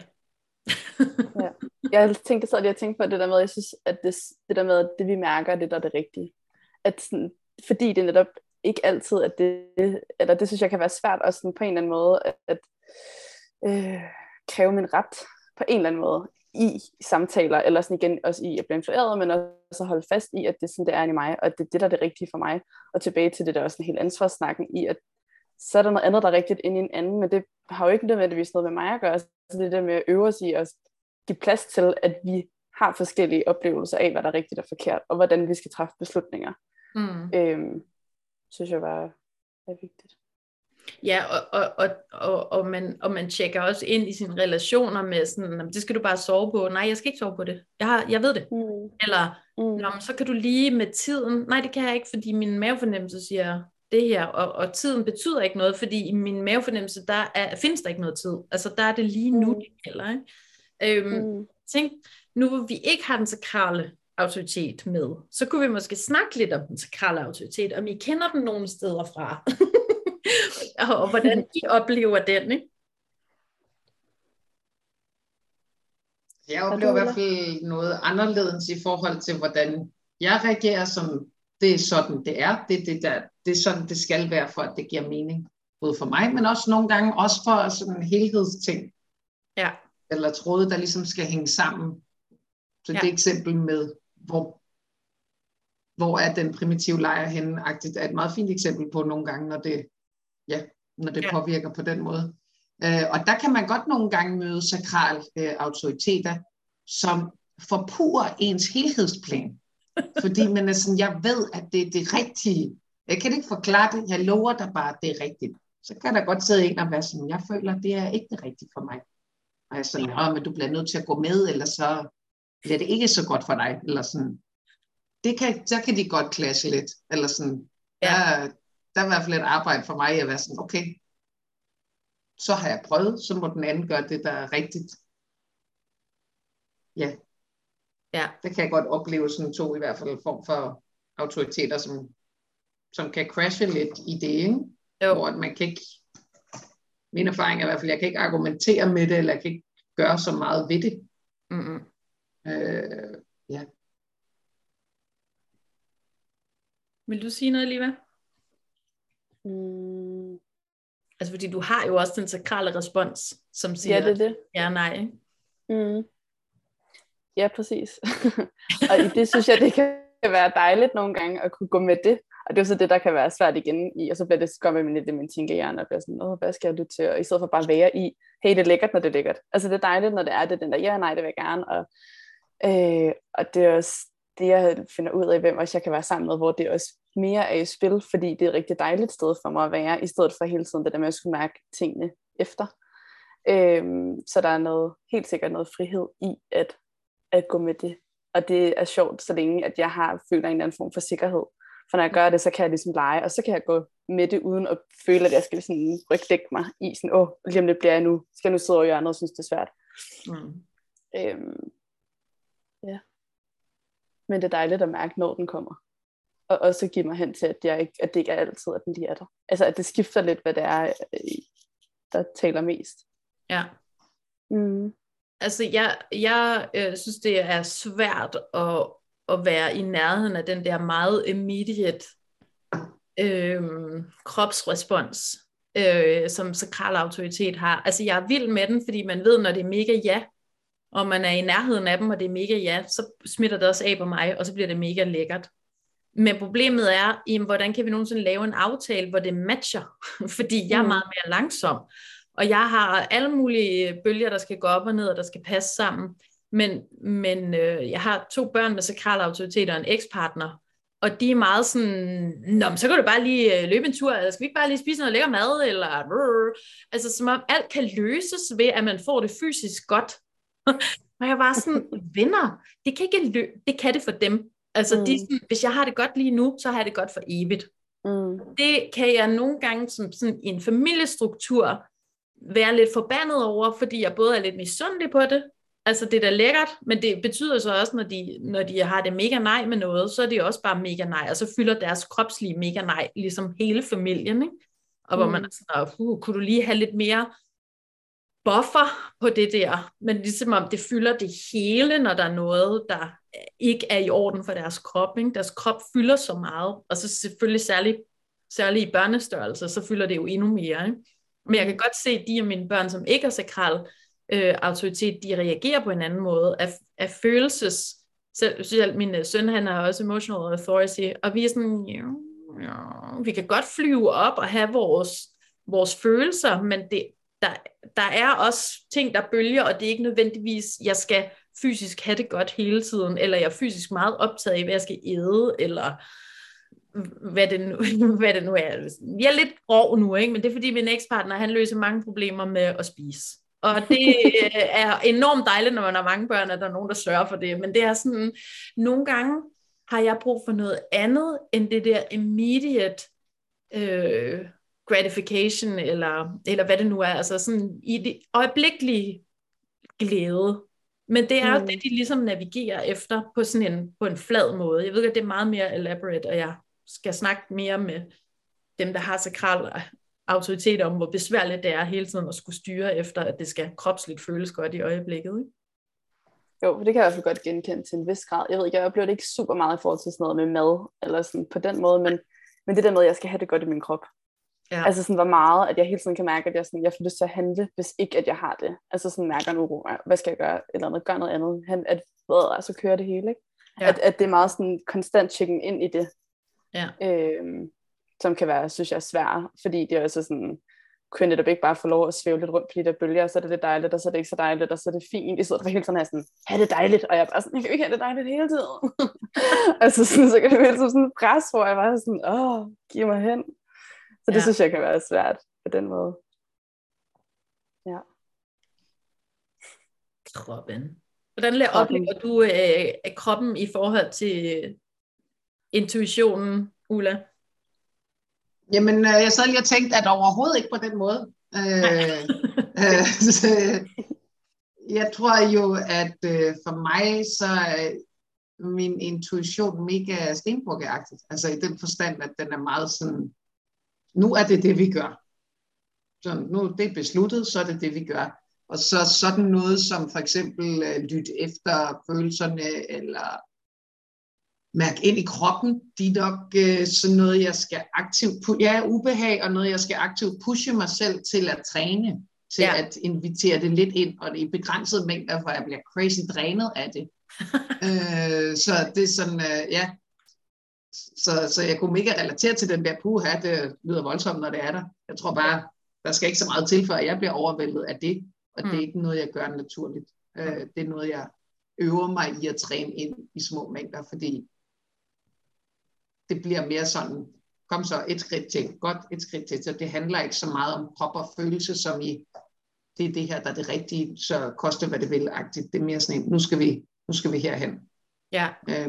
S4: Jeg tænkte så, at jeg tænkte på det der med, jeg synes, at det der med, at det vi mærker, det der er det rigtige. At sådan, fordi det netop ikke altid, at det synes jeg kan være svært, også sådan på en eller anden måde, at kræve min ret. på en eller anden måde i samtaler, eller sådan igen også i at blive influeret, men også at holde fast i, at det er sådan, det er i mig, og at det er det, der er det rigtige for mig. Og tilbage til det der også en helt ansvarssnakken i, at så er der noget andet, der er rigtigt end i en anden, men det har jo ikke nødvendigvis noget med mig at gøre. Så det er det med at øve os i at give plads til, at vi har forskellige oplevelser af, hvad der er rigtigt og forkert, og hvordan vi skal træffe beslutninger. Synes jeg var er vigtigt.
S3: Ja, og man tjekker også ind i sine relationer med sådan, det skal du bare sove på. Nej, jeg skal ikke sove på det. Jeg ved det. Eller, så kan du lige med tiden. Nej, det kan jeg ikke, fordi min mavefornemmelse siger det her, og tiden betyder ikke noget, fordi i min mavefornemmelse, findes der ikke noget tid. Altså, der er det lige nu, det gælder, ikke? Tænk, nu hvor vi ikke har den sakrale autoritet med, så kunne vi måske snakke lidt om den sakrale autoritet, om I kender den nogle steder fra. Og hvordan I oplever den, ikke?
S5: Jeg oplever i hvert fald noget anderledes i forhold til, hvordan jeg reagerer, som det er sådan, det er. Det er sådan, det skal være, for at det giver mening. Både for mig, men også nogle gange også for sådan en helhedsting.
S3: Ja.
S5: Eller tråde, der ligesom skal hænge sammen. Så det eksempel med, hvor er den primitive lejr henne-agtigt, er et meget fint eksempel på nogle gange, når det påvirker på den måde. Og der kan man godt nogle gange møde sakral autoriteter, som forpurer ens helhedsplan. Fordi man er sådan, jeg ved, at det er det rigtige. Jeg kan ikke forklare det, jeg lover dig bare, at det er rigtigt. Så kan der godt sidde en og være sådan, jeg føler, det er ikke det rigtige for mig. Og jeg er sådan, men du bliver nødt til at gå med, eller så bliver det ikke så godt for dig. Eller sådan. Så kan de godt clashe lidt. Eller sådan, der er i hvert fald et arbejde for mig at være sådan, okay, så har jeg prøvet, så må den anden gøre det, der er rigtigt. Ja. Det kan jeg godt opleve sådan to, i hvert fald en form for autoriteter, som kan crashe lidt i det, ikke? Hvor man kan ikke, min erfaring er i hvert fald, jeg kan ikke argumentere med det, eller jeg kan ikke gøre så meget ved det.
S3: Vil du sige noget, Liva? Altså fordi du har jo også den sakrale respons, som siger
S4: det.
S3: Ja, nej, ikke?
S4: Ja, præcis. Og i det synes jeg, det kan være dejligt nogle gange at kunne gå med det. Og det er jo så det, der kan være svært igen i, og så bliver det skåret med det, man tænker hjerne, og bliver sådan, hvad skal jeg lytte til? Og i stedet for bare være i, hey, det er lækkert, når det er lækkert. Altså det er dejligt, når det er den der, ja, nej, det vil jeg gerne. Og det er også det, jeg finder ud af, hvem også jeg kan være sammen med, hvor det også mere er i spil, fordi det er et rigtig dejligt sted for mig at være, i stedet for hele tiden det der med at skulle mærke tingene efter. Så der er helt sikkert noget frihed i at gå med det. Og det er sjovt, så længe at jeg føler en eller anden form for sikkerhed. For når jeg gør det, så kan jeg ligesom lege, og så kan jeg gå med det, uden at føle, at jeg skal sådan rygdække mig i sådan, lige om det bliver jeg nu, skal jeg nu sidde over hjørnet og synes, det er svært. Ja. Men det er dejligt at mærke, når den kommer. Og også give mig hen til, at det ikke er altid, at den lige er der. Altså, at det skifter lidt, hvad det er, der taler mest.
S3: Ja. Altså, jeg synes, det er svært at være i nærheden af den der meget immediate kropsrespons, som sakral autoritet har. Altså, jeg er vild med den, fordi man ved, når det er mega ja, og man er i nærheden af dem, og det er mega ja, så smitter det også af på mig, og så bliver det mega lækkert. Men problemet er, jamen, hvordan kan vi nogensinde lave en aftale, hvor det matcher? Fordi jeg er meget mere langsom, og jeg har alle mulige bølger, der skal gå op og ned, og der skal passe sammen. Men jeg har 2 børn med sakral autoritet og en ekspartner, og de er meget sådan, så kan du bare lige løbe en tur, eller skal vi ikke bare lige spise noget lækker mad, eller altså som om alt kan løses ved, at man får det fysisk godt. Og jeg var sådan, venner, det kan det for dem. Altså sådan, hvis jeg har det godt lige nu, så har jeg det godt for evigt. Det kan jeg nogle gange som sådan en familiestruktur være lidt forbandet over, fordi jeg både er lidt misundelig på det. Altså det er da lækkert, men det betyder så også, når de har det mega nej med noget, så er det også bare mega nej, og så fylder deres kropslige mega nej ligesom hele familien, ikke? Og hvor man er sådan, kunne du lige have lidt mere buffer på det der, men ligesom om det fylder det hele, når der er noget, der ikke er i orden for deres krop, ikke? Deres krop fylder så meget, og så selvfølgelig særligt i børnestørrelse, så fylder det jo endnu mere, ikke? Men jeg kan godt se de af mine børn, som ikke er sakral autoritet, de reagerer på en anden måde, af følelses. Selv min søn, han har også emotional authority, og vi er sådan, vi kan godt flyve op og have vores følelser, men der er også ting, der bølger, og det er ikke nødvendigvis, jeg skal fysisk have det godt hele tiden, eller jeg er fysisk meget optaget af, hvad jeg skal æde, eller hvad det nu er. Vi er lidt grov nu, ikke? Men det er fordi min ekspartner, han løser mange problemer med at spise. Og det er enormt dejligt, når man har mange børn, at der er nogen, der sørger for det. Men det er sådan, nogle gange har jeg brug for noget andet, end det der immediate gratification, eller hvad det nu er. Altså sådan i det øjeblikkelige glæde. Men det er jo det, de ligesom navigerer efter på en flad måde. Jeg ved at det er meget mere elaborate, og jeg skal snakke mere med dem, der har sakral autoritet om, hvor besværligt det er hele tiden at skulle styre efter, at det skal kropsligt føles godt i øjeblikket. Ikke?
S4: Jo, det kan jeg i hvert fald godt genkende til en vis grad. Jeg ved ikke, jeg oplever det ikke super meget i forhold til sådan noget med mad, eller sådan på den måde, men det der med, at jeg skal have det godt i min krop. Ja. Altså sådan, hvor meget, at jeg hele tiden kan mærke, at jeg får lyst til at handle, hvis ikke, at jeg har det. Altså sådan mærker en uro. Hvad skal jeg gøre? Eller andet, gør noget andet. Så kører det hele, ikke? Ja. At det er meget sådan konstant checken ind i det. Ja. Som kan være, synes jeg, svært. Fordi det er også sådan, kunne netop ikke bare få lov at svæve lidt rundt på de der bølger, og så er det lidt dejligt, og så er det ikke så dejligt, og så er det fint. I stedet for hele tiden at sådan, have det dejligt, og jeg er bare sådan, jeg kan jo ikke have det dejligt hele tiden. Altså sådan, så kan det være sådan en pres, hvor jeg bare sådan, giv mig hen. Så det synes jeg kan være svært på den måde. Ja.
S3: Kroppen. Hvordan oplever du kroppen i forhold til intuitionen, Ulla?
S5: Jamen, jeg sad lige og tænkte, at overhovedet ikke på den måde. Jeg tror jo, at for mig, så er min intuition mega stenbukkeagtigt. Altså i den forstand, at den er meget sådan, nu er det vi gør. Så nu det er besluttet, så er det vi gør. Og så sådan noget som for eksempel lytte efter følelserne, eller mærke ind i kroppen, de er nok sådan noget, jeg skal aktivt, ubehag, og noget, jeg skal aktivt pushe mig selv til at træne, til at invitere det lidt ind, og det er i begrænsede mængder, hvor jeg bliver crazy drænet af det. Så det er sådan, Så jeg kunne mega relatere til den der puha, det lyder voldsomt, når det er der. Jeg tror bare, der skal ikke så meget til, for at jeg bliver overvældet af det, og det er ikke noget, jeg gør naturligt. Det er noget, jeg øver mig i at træne ind i små mængder, fordi det bliver mere sådan, kom så et skridt til, godt et skridt til, så det handler ikke så meget om krop og følelse, som i, det er det her, der er det rigtige, så koster hvad det vil-agtigt. Det er mere sådan en, nu skal vi herhen. Ja.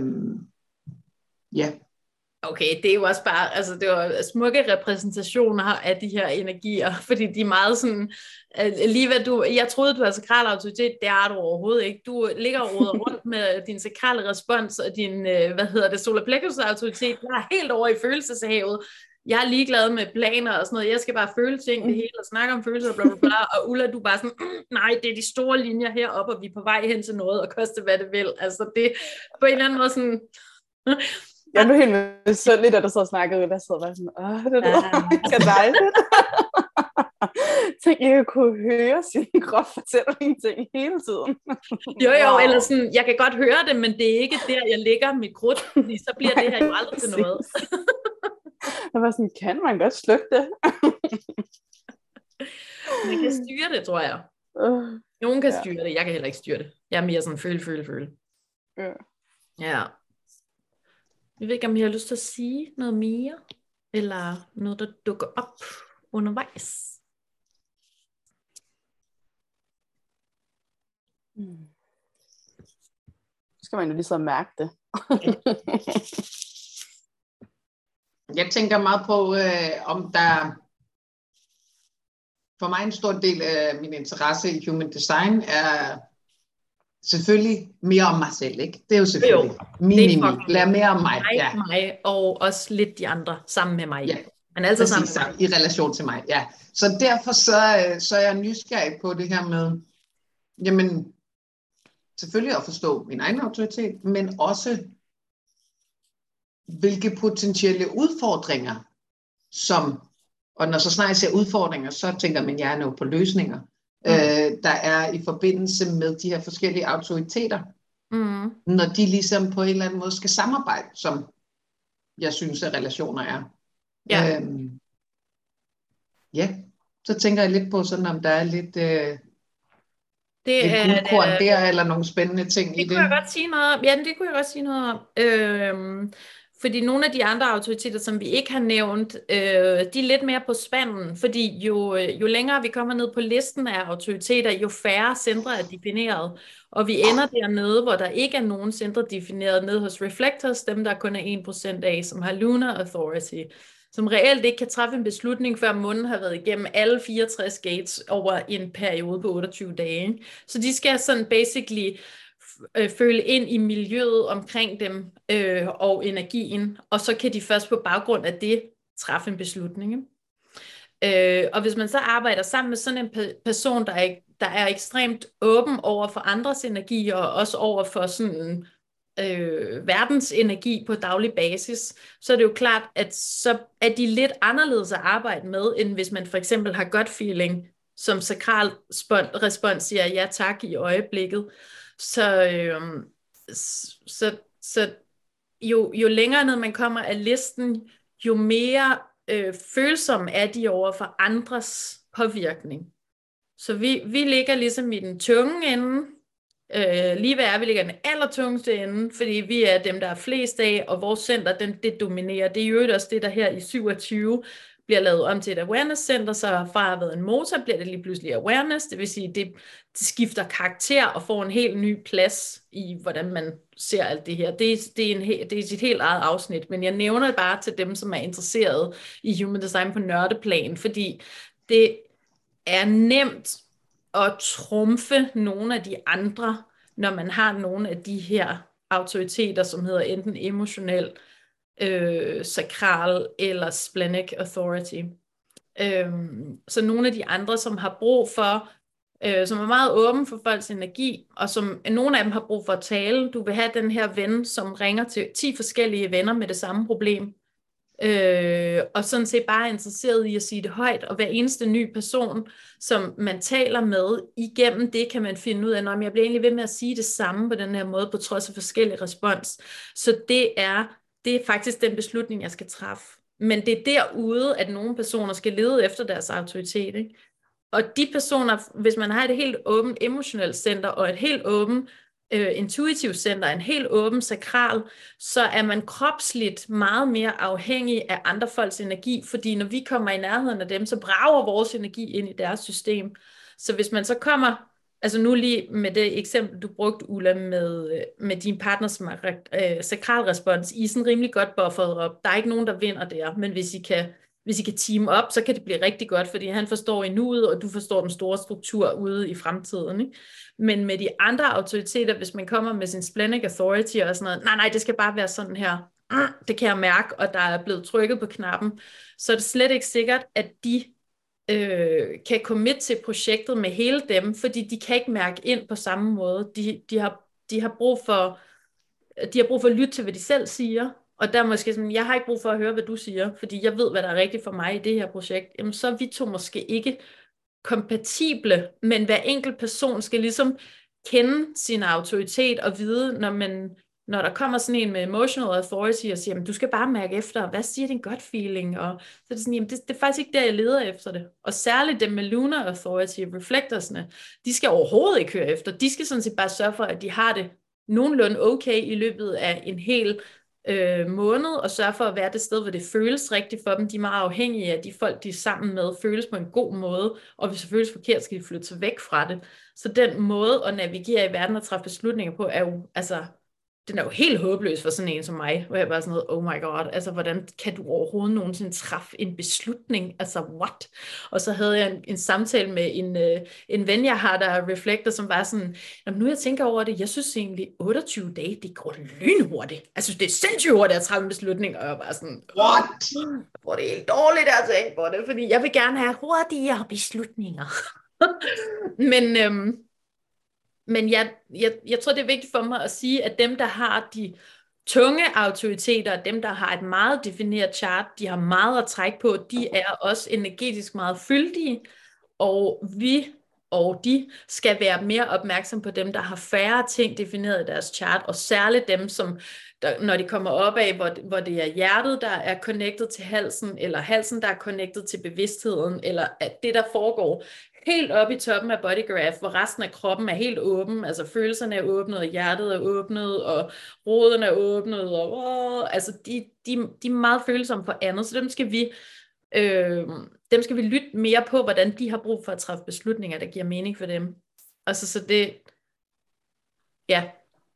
S5: Ja.
S3: Okay, det er jo også bare, altså det var smukke repræsentationer af de her energier, fordi de er meget sådan, lige hvad jeg troede, du har sakral autoritet, det er du overhovedet ikke. Du ligger og roder rundt med din sakrale respons og din, solar plexus autoritet, der er helt over i følelseshavet. Jeg er ligeglad med planer og sådan noget, jeg skal bare føle ting det hele og snakke om følelser, bla bla bla, og Ulla, du er bare sådan, nej, det er de store linjer heroppe, og vi er på vej hen til noget, og koste hvad det vil. Altså det på en eller anden måde sådan...
S4: Jeg blev helt misundelig, da du så snakkede, og der sad bare sådan, det lyder mega dejligt. Tænk, jeg kunne høre sin krop fortælle en ting hele tiden.
S3: Jo, eller sådan, jeg kan godt høre det, men det er ikke der, jeg lægger mit krudt, fordi så bliver det her jo aldrig til noget.
S4: Jeg var sådan, kan man godt slukke det?
S3: Man kan styre det, tror jeg. Nogen kan styre det, jeg kan heller ikke styre det. Jeg er mere sådan føle. Ja. Jeg ved ikke, om jeg har lyst til at sige noget mere, eller noget, der dukker op undervejs.
S4: Så skal man jo ligesom mærke det.
S5: Jeg tænker meget på, om der... For mig en stor del af min interesse i human design er... Selvfølgelig mere om mig selv, ikke? Det er jo selvfølgelig. Lær mere om mig.
S3: Mig, og også lidt de andre sammen med mig. Ja. Men altid sammen med mig.
S5: I relation til mig, ja. Så derfor så er jeg nysgerrig på det her med, jamen, selvfølgelig at forstå min egen autoritet, men også, hvilke potentielle udfordringer, og når så snart jeg ser udfordringer, så tænker min hjerne jo på løsninger. der er i forbindelse med de her forskellige autoriteter, når de ligesom på en eller anden måde skal samarbejde, som jeg synes, at relationer er.
S3: Ja.
S5: Ja, så tænker jeg lidt på sådan, om der er lidt,
S3: Det
S5: lidt
S3: er
S5: guldkorn der, eller nogle spændende ting i
S3: det.
S5: det.
S3: Kunne jeg godt sige noget om. Ja, det kunne jeg godt sige noget om. Fordi nogle af de andre autoriteter, som vi ikke har nævnt, de er lidt mere på spanden, fordi jo længere vi kommer ned på listen af autoriteter, jo færre centre er defineret. Og vi ender dernede, hvor der ikke er nogen centre defineret, nede hos Reflectors, dem der kun er 1% af, som har Lunar Authority, som reelt ikke kan træffe en beslutning, før munden har været igennem alle 64 gates over en periode på 28 dage. Så de skal sådan basically føle ind i miljøet omkring dem og energien, og så kan de først på baggrund af det træffe en beslutning. Og hvis man så arbejder sammen med sådan en person, der er ekstremt åben over for andres energi, og også over for sådan verdens energi på daglig basis, så er det jo klart, at så er de lidt anderledes at arbejde med, end hvis man for eksempel har gut feeling, som sakral respons siger ja tak i øjeblikket. Så jo længere ned man kommer af listen, jo mere følsom er de over for andres påvirkning. Så vi ligger ligesom i den tunge ende, lige hvad vi ligger i den allertungeste ende, fordi vi er dem, der er flest af, og vores center, det dominerer. Det er jo også det, der her i 27 bliver lavet om til et awareness-center, så fra at have været en motor, bliver det lige pludselig awareness, det vil sige, det skifter karakter og får en helt ny plads i, hvordan man ser alt det her. Det er sit helt eget afsnit, men jeg nævner det bare til dem, som er interesseret i human design på nørdeplan, fordi det er nemt at trumfe nogle af de andre, når man har nogle af de her autoriteter, som hedder enten emotionel, sakral eller splenic authority. Så nogle af de andre, som har brug for, som er meget åben for folks energi, og som nogle af dem har brug for at tale. Du vil have den her ven, som ringer til 10 forskellige venner med det samme problem, og sådan set bare er interesseret i at sige det højt, og hver eneste ny person, som man taler med, igennem det kan man finde ud af, at jeg bliver egentlig ved med at sige det samme på den her måde, på trods af forskellige respons. Så det er faktisk den beslutning, jeg skal træffe. Men det er derude, at nogle personer skal lede efter deres autoritet, ikke? Og de personer, hvis man har et helt åbent emotionelt center, og et helt åbent intuitivt center, en helt åben sakral, så er man kropsligt meget mere afhængig af andre folks energi, fordi når vi kommer i nærheden af dem, så brager vores energi ind i deres system. Så hvis man så kommer, altså nu lige med det eksempel, du brugte, Ulla, med din partner, som er sakral respons, I er sådan rimelig godt bufferet op. Der er ikke nogen, der vinder der, men hvis I kan team op, så kan det blive rigtig godt, fordi han forstår i nuet, og du forstår den store struktur ude i fremtiden, ikke? Men med de andre autoriteter, hvis man kommer med sin splenic authority og sådan noget, nej, det skal bare være sådan her, det kan jeg mærke, og der er blevet trykket på knappen, så er det slet ikke sikkert, at de kan commit til projektet med hele dem, fordi de kan ikke mærke ind på samme måde. De har brug for at lytte til, hvad de selv siger, og der er måske sådan, jeg har ikke brug for at høre, hvad du siger, fordi jeg ved, hvad der er rigtigt for mig i det her projekt. Jamen, så er vi to måske ikke kompatible, men hver enkelt person skal ligesom kende sin autoritet og vide, når der kommer sådan en med emotional authority og siger, jamen, du skal bare mærke efter, hvad siger din gut feeling? Og så er det sådan, jamen, det er faktisk ikke der, jeg leder efter det. Og særligt dem med lunar authority, reflectorsne, de skal overhovedet ikke høre efter. De skal sådan set bare sørge for, at de har det nogenlunde okay i løbet af en hel måned, og sørge for at være det sted, hvor det føles rigtigt for dem. De er meget afhængige af de folk, de er sammen med, føles på en god måde, og hvis det føles forkert, skal de flytte sig væk fra det. Så den måde at navigere i verden og træffe beslutninger på, er jo, altså, den er jo helt håbløs for sådan en som mig, hvor jeg bare sådan noget, oh my god, altså hvordan kan du overhovedet nogensinde træffe en beslutning, altså what? Og så havde jeg en samtale med en ven, jeg har, der er reflekter, som var sådan, nu jeg tænker over det, jeg synes egentlig 28 dage, det går lynhurtigt. Altså det er sindssygt hurtigt at træffe en beslutning, og jeg var sådan,
S5: what?
S3: Hvor det er helt dårligt at tænke på det, fordi jeg vil gerne have hurtigere beslutninger. Men jeg tror, det er vigtigt for mig at sige, at dem, der har de tunge autoriteter, dem, der har et meget defineret chart, de har meget at trække på, de er også energetisk meget fyldige, og vi og de skal være mere opmærksom på dem, der har færre ting defineret i deres chart, og særligt dem, som, når de kommer op af, hvor det er hjertet, der er connected til halsen, eller halsen, der er connected til bevidstheden, eller at det, der foregår helt oppe i toppen af body graph, hvor resten af kroppen er helt åben, altså følelserne er åbnet, og hjertet er åbnet, og roden er åbnet, og altså de er meget følsomme for andet, så dem skal vi lytte mere på, hvordan de har brug for at træffe beslutninger, der giver mening for dem. Altså så det, ja.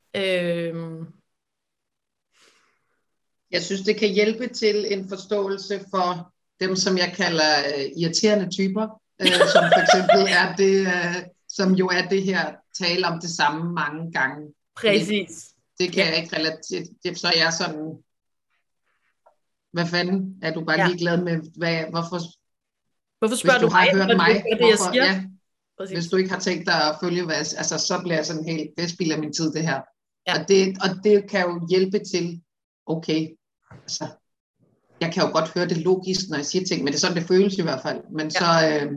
S5: Jeg synes, det kan hjælpe til en forståelse for dem, som jeg kalder irriterende typer, som for eksempel er det, som jo er det her tale om det samme mange gange.
S3: Præcis.
S5: Det kan jeg ikke relatere. Så er jeg sådan, hvad fanden, er du bare ligeglad med, hvorfor
S3: spørger du mig?
S5: Hørt mig
S3: det, jeg siger?
S5: Ja, hvis du ikke har tænkt dig at følge, altså så bliver jeg sådan helt, det spilder min tid det her. Ja. Og det kan jo hjælpe til, okay, altså, jeg kan jo godt høre det logisk, når jeg siger ting, men det er sådan, det føles i hvert fald. Men så,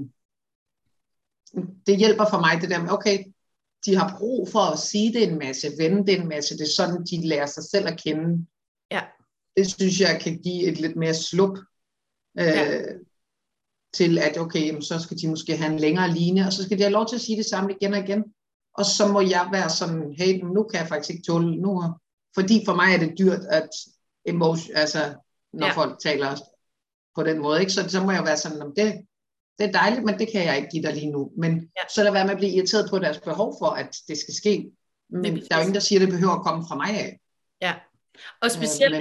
S5: det hjælper for mig det der med, okay, de har brug for at sige det en masse, vende det en masse, det er sådan, de lærer sig selv at kende.
S3: Ja.
S5: Det synes jeg kan give et lidt mere slup til, at okay, så skal de måske have en længere linje, og så skal de have lov til at sige det samme igen og igen. Og så må jeg være sådan, hey, nu kan jeg faktisk ikke tåle nu. Fordi for mig er det dyrt, at når folk taler på den måde, ikke? Så må jeg være sådan, det er dejligt, men det kan jeg ikke give dig lige nu. Men så lad være med at blive irriteret på deres behov for, at det skal ske. Men der er jo ingen, der siger, at det behøver at komme fra mig af.
S3: Ja. Og specielt,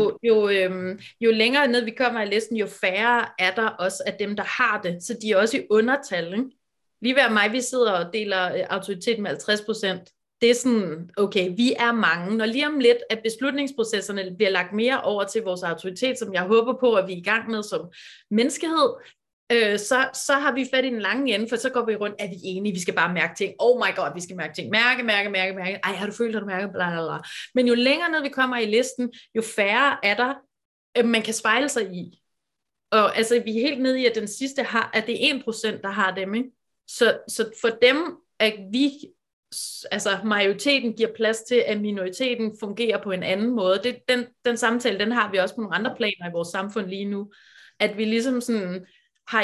S3: jo længere ned vi kommer i listen, jo færre er der også af dem, der har det. Så de er også i undertal, ikke? Lige ved mig, vi sidder og deler autoritet med 50%. Det er sådan, okay, vi er mange. Når lige om lidt, at beslutningsprocesserne bliver lagt mere over til vores autoritet, som jeg håber på, at vi er i gang med som menneskehed, så har vi fat i den lange ende, for så går vi rundt, er vi enige, vi skal bare mærke ting. Oh my god, vi skal mærke ting. Mærke. Ej, har du følt, at du mærker? Blablabla. Men jo længere ned vi kommer i listen, jo færre er der, man kan spejle sig i. Og altså, vi er helt nede i, at den sidste har, at det er 1%, der har dem, ikke? Så for dem, at vi, altså majoriteten giver plads til, at minoriteten fungerer på en anden måde. Den samtale, den har vi også på nogle andre planer i vores samfund lige nu. At vi ligesom sådan, har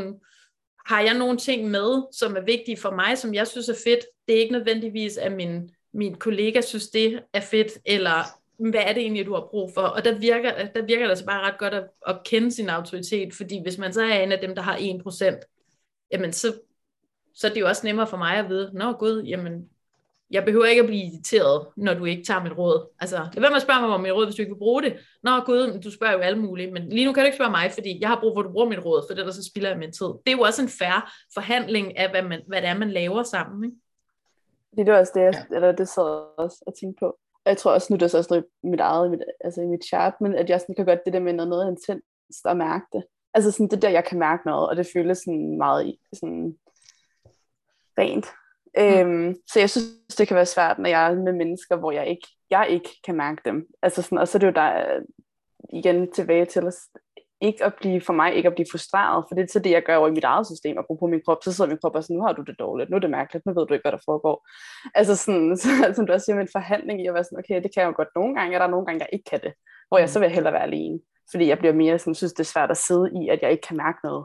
S3: jeg nogle ting med, som er vigtige for mig, som jeg synes er fedt. Det er ikke nødvendigvis, at min kollega synes, det er fedt, eller hvad er det egentlig, du har brug for? Og der virker det så bare ret godt at kende sin autoritet, fordi hvis man så er en af dem, der har 1%, jamen så er det jo også nemmere for mig at vide, nå gud, jamen, jeg behøver ikke at blive irriteret, når du ikke tager mit råd. Altså, lad være med at spørge mig om mit råd, hvis du ikke vil bruge det. Nå gud, du spørger jo alle mulige, men lige nu kan du ikke spørge mig, fordi jeg har brug for, at du bruger mit råd, for det der så spilder jeg min tid. Det er jo også en fair forhandling af, hvad det er, man laver sammen, ikke?
S4: Det er også det, det sad også at tænke på. Jeg tror også, nu det er så også i mit chart, men at jeg sådan kan godt det der med noget intenst at mærke det. Altså sådan det der, jeg kan mærke noget, og det føles sådan meget sådan rent. Så jeg synes, det kan være svært, når jeg er med mennesker, hvor jeg ikke kan mærke dem. Altså sådan, og så er det jo der igen tilbage til ikke at blive frustreret, for det er så det, jeg gør over i mit eget system, at bruge på min krop, så sidder min krop og sådan, nu har du det dårligt, nu er det mærkeligt, nu ved du ikke, hvad der foregår. Altså sådan, som du også siger med en forhandling i at være sådan, okay, det kan jeg jo godt nogle gange, og der er nogle gange, jeg ikke kan det, hvor jeg så vil hellere være alene, fordi jeg bliver mere sådan, synes det er svært at sidde i, at jeg ikke kan mærke noget.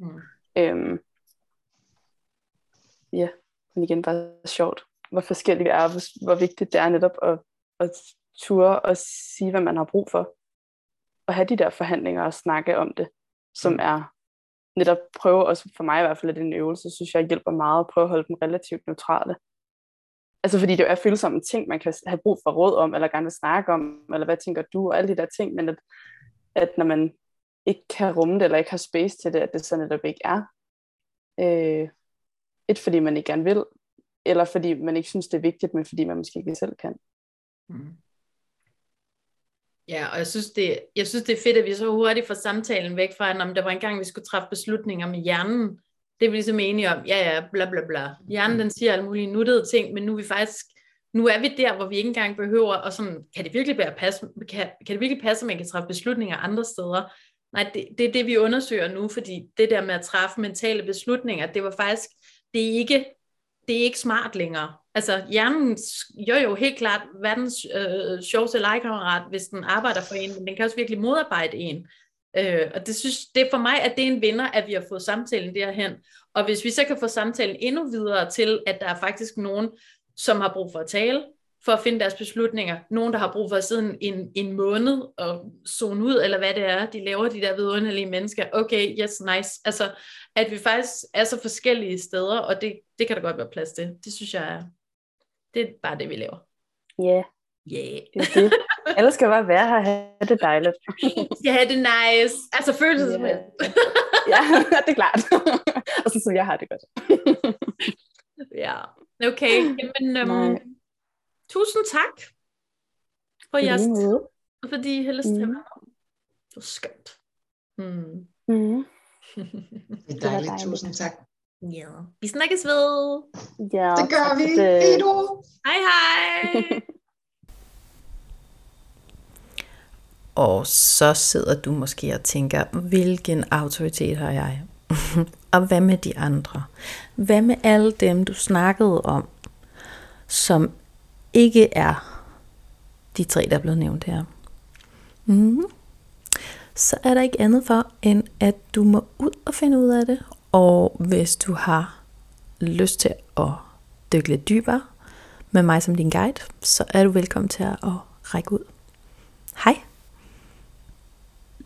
S4: Ja, men igen bare sjovt, hvor forskellige vi er, hvor vigtigt det er netop at ture og sige, hvad man har brug for, og have de der forhandlinger og snakke om det, som er netop prøve, også for mig i hvert fald, at det er en øvelse, synes jeg hjælper meget at prøve at holde dem relativt neutrale. Altså fordi det jo er følsomme ting, man kan have brug for råd om, eller gerne vil snakke om, eller hvad tænker du, og alle de der ting, men at når man ikke kan rumme det, eller ikke har space til det, at det så netop ikke er. Fordi man ikke gerne vil, eller fordi man ikke synes, det er vigtigt, men fordi man måske ikke selv kan.
S3: Ja, og jeg synes, det er fedt, at vi så hurtigt får samtalen væk fra, om der var en gang, vi skulle træffe beslutninger med hjernen. Det er vi ligesom enige om, ja, bla bla bla. Hjernen, den siger alle mulige nuttede ting, men nu er vi der, hvor vi ikke engang behøver, og sådan, kan det virkelig passe, at man kan træffe beslutninger andre steder? Nej, det er det, vi undersøger nu, fordi det der med at træffe mentale beslutninger, det var faktisk det er ikke smart længere. Altså hjernen jo helt klart verdens sjoveste legekammerat, hvis den arbejder for en, men den kan også virkelig modarbejde en. Og det for mig, at det er en vinder, at vi har fået samtalen derhen. Og hvis vi så kan få samtalen endnu videre til, at der er faktisk nogen, som har brug for at tale, for at finde deres beslutninger. Nogen, der har brug for at sidde en måned og zone ud, eller hvad det er, de laver, de der vidunderlige mennesker. Okay, yes, nice. Altså, at vi faktisk er så forskellige steder, og det kan der godt være plads til. Det synes jeg det er bare det, vi laver.
S4: Ja.
S3: Yeah.
S4: Det er det. Alle skal bare være her og have det dejligt.
S3: Ja, det er nice. Altså følelsesmæssigt.
S4: Ja, det er klart. Og så jeg har det godt.
S3: Ja, okay. Jamen, tusind tak for jeres tid, og fordi I har lyst til at være med. Det var skønt.
S5: Det er dejligt. Tusind tak.
S3: Ja. Vi snakkes ved.
S4: Ja,
S5: det gør vi. Hej du.
S3: Hej.
S1: Og så sidder du måske og tænker, hvilken autoritet har jeg? Og hvad med de andre? Hvad med alle dem, du snakkede om, som ikke er de 3, der er blevet nævnt her? Så er der ikke andet for, end at du må ud og finde ud af det. Og hvis du har lyst til at dykke lidt dybere med mig som din guide, så er du velkommen til at række ud. Hej!